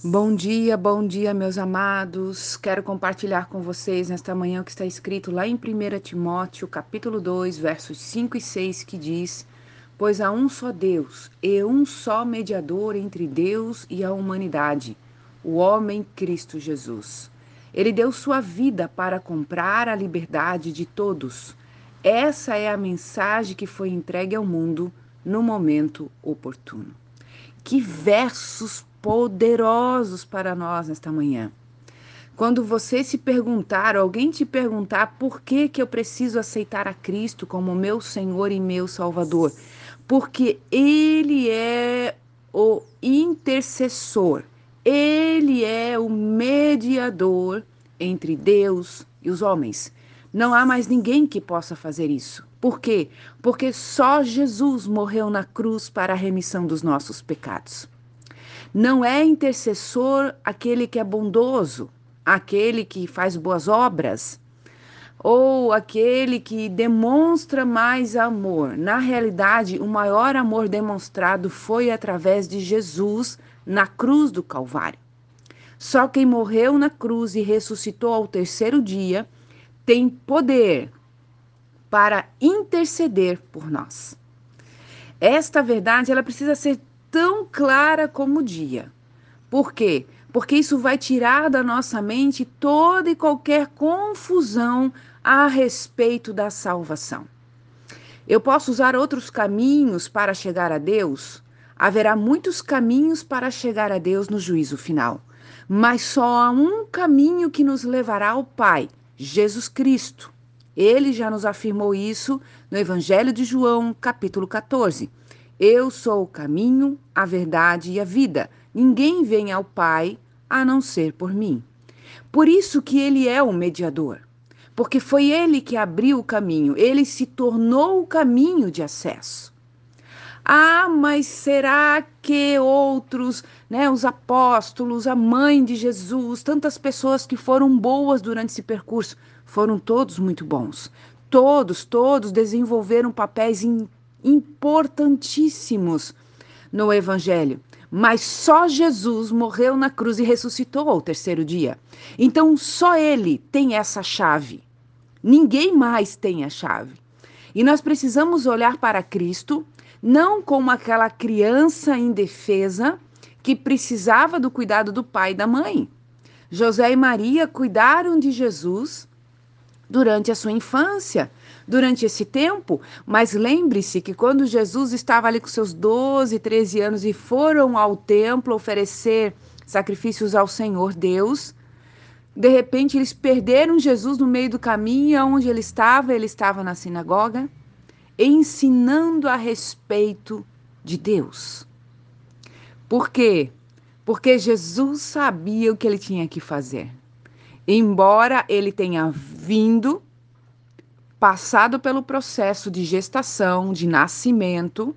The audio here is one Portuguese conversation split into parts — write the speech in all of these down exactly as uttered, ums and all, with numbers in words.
Bom dia, bom dia, meus amados. Quero compartilhar com vocês nesta manhã o que está escrito lá em primeira Timóteo, capítulo dois, versos cinco e seis, que diz: Pois há um só Deus e um só mediador entre Deus e a humanidade, o homem Cristo Jesus. Ele deu sua vida para comprar a liberdade de todos. Essa é a mensagem que foi entregue ao mundo no momento oportuno. Que versos poderosos para nós nesta manhã. Quando você se perguntar, alguém te perguntar por que que eu preciso aceitar a Cristo como meu Senhor e meu Salvador, porque Ele é o intercessor, Ele é o mediador entre Deus e os homens. Não há mais ninguém que possa fazer isso. Por quê? Porque só Jesus morreu na cruz para a remissão dos nossos pecados. Não é intercessor aquele que é bondoso, aquele que faz boas obras, ou aquele que demonstra mais amor. Na realidade, o maior amor demonstrado foi através de Jesus na cruz do Calvário. Só quem morreu na cruz e ressuscitou ao terceiro dia tem poder para interceder por nós. Esta verdade, ela precisa ser tão clara como o dia. Por quê? Porque isso vai tirar da nossa mente toda e qualquer confusão a respeito da salvação. Eu posso usar outros caminhos para chegar a Deus? Haverá muitos caminhos para chegar a Deus no juízo final, mas só há um caminho que nos levará ao Pai, Jesus Cristo. Ele já nos afirmou isso no Evangelho de João, capítulo quatorze. Eu sou o caminho, a verdade e a vida. Ninguém vem ao Pai a não ser por mim. Por isso que ele é o mediador, porque foi ele que abriu o caminho, ele se tornou o caminho de acesso. Ah, mas será que outros, né, os apóstolos, a mãe de Jesus, tantas pessoas que foram boas durante esse percurso, foram todos muito bons. Todos, todos desenvolveram papéis importantíssimos no Evangelho. Mas só Jesus morreu na cruz e ressuscitou ao terceiro dia. Então, só Ele tem essa chave. Ninguém mais tem a chave. E nós precisamos olhar para Cristo, não como aquela criança indefesa que precisava do cuidado do pai e da mãe. José e Maria cuidaram de Jesus durante a sua infância, durante esse tempo, mas lembre-se que quando Jesus estava ali com seus doze, treze anos e foram ao templo oferecer sacrifícios ao Senhor Deus, de repente eles perderam Jesus no meio do caminho, aonde ele estava, ele estava na sinagoga, ensinando a respeito de Deus. Por quê? Porque Jesus sabia o que ele tinha que fazer. Embora ele tenha vindo, passado pelo processo de gestação, de nascimento,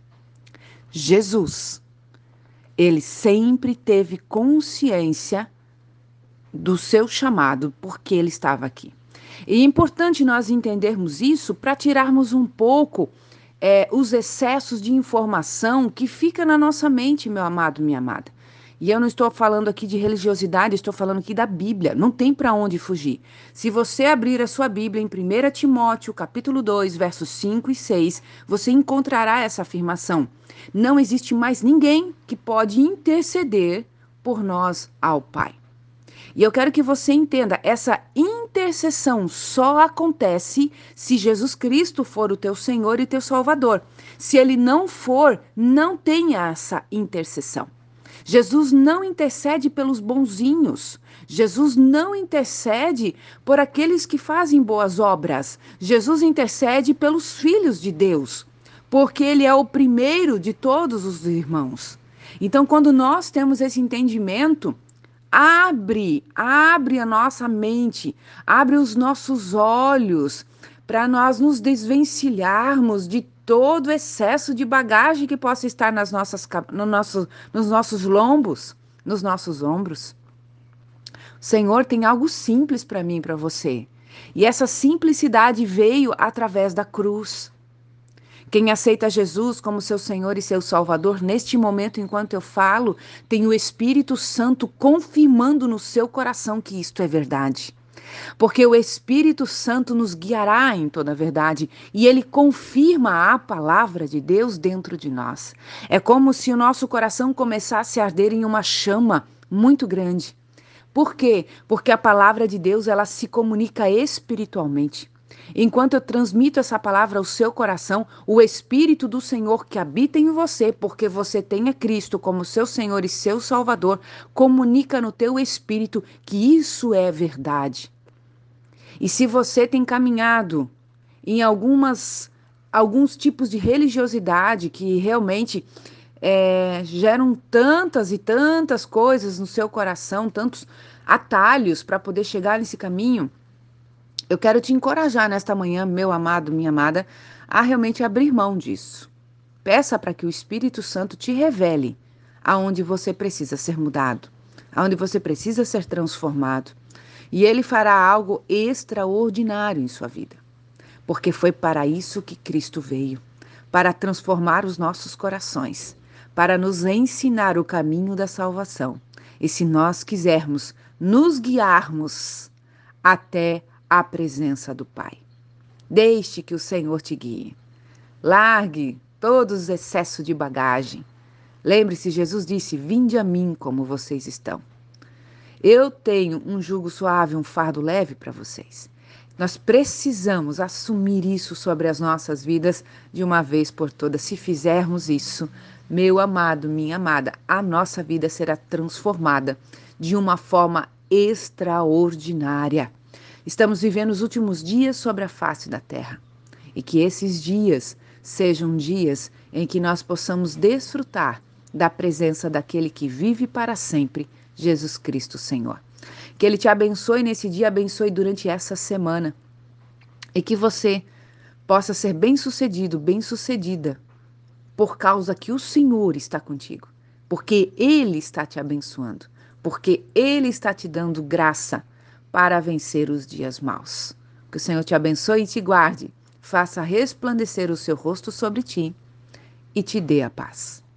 Jesus, ele sempre teve consciência do seu chamado, porque ele estava aqui. E é importante nós entendermos isso para tirarmos um pouco é, os excessos de informação que fica na nossa mente, meu amado, minha amada. E eu não estou falando aqui de religiosidade, estou falando aqui da Bíblia. Não tem para onde fugir. Se você abrir a sua Bíblia em primeira Timóteo, capítulo dois, versos cinco e seis, você encontrará essa afirmação. Não existe mais ninguém que pode interceder por nós ao Pai. E eu quero que você entenda, essa intercessão só acontece se Jesus Cristo for o teu Senhor e teu Salvador. Se ele não for, não tem essa intercessão. Jesus não intercede pelos bonzinhos. Jesus não intercede por aqueles que fazem boas obras. Jesus intercede pelos filhos de Deus, porque ele é o primeiro de todos os irmãos. Então, quando nós temos esse entendimento, abre, abre a nossa mente, abre os nossos olhos para nós nos desvencilharmos de todo excesso de bagagem que possa estar nas nossas, no nosso, nos nossos lombos, nos nossos ombros. O Senhor tem algo simples para mim e para você. E essa simplicidade veio através da cruz. Quem aceita Jesus como seu Senhor e seu Salvador, neste momento, enquanto eu falo, tem o Espírito Santo confirmando no seu coração que isto é verdade. Porque o Espírito Santo nos guiará em toda a verdade e ele confirma a palavra de Deus dentro de nós. É como se o nosso coração começasse a arder em uma chama muito grande. Por quê? Porque a palavra de Deus, ela se comunica espiritualmente. Enquanto eu transmito essa palavra ao seu coração, o Espírito do Senhor que habita em você, porque você tem a Cristo como seu Senhor e seu Salvador, comunica no teu espírito que isso é verdade. E se você tem caminhado em algumas, alguns tipos de religiosidade que realmente é, geram tantas e tantas coisas no seu coração, tantos atalhos para poder chegar nesse caminho, eu quero te encorajar nesta manhã, meu amado, minha amada, a realmente abrir mão disso. Peça para que o Espírito Santo te revele aonde você precisa ser mudado, aonde você precisa ser transformado. E ele fará algo extraordinário em sua vida. Porque foi para isso que Cristo veio, para transformar os nossos corações, para nos ensinar o caminho da salvação. E se nós quisermos nos guiarmos até a presença do Pai. Deixe que o Senhor te guie. Largue todos os excessos de bagagem. Lembre-se, Jesus disse: vinde a mim como vocês estão. Eu tenho um jugo suave, um fardo leve para vocês. Nós precisamos assumir isso sobre as nossas vidas de uma vez por todas. Se fizermos isso, meu amado, minha amada, a nossa vida será transformada de uma forma extraordinária. Estamos vivendo os últimos dias sobre a face da terra. E que esses dias sejam dias em que nós possamos desfrutar da presença daquele que vive para sempre, Jesus Cristo Senhor. Que Ele te abençoe nesse dia, abençoe durante essa semana. E que você possa ser bem-sucedido, bem-sucedida, por causa que o Senhor está contigo. Porque Ele está te abençoando. Porque Ele está te dando graça para vencer os dias maus. Que o Senhor te abençoe e te guarde. Faça resplandecer o seu rosto sobre ti e te dê a paz.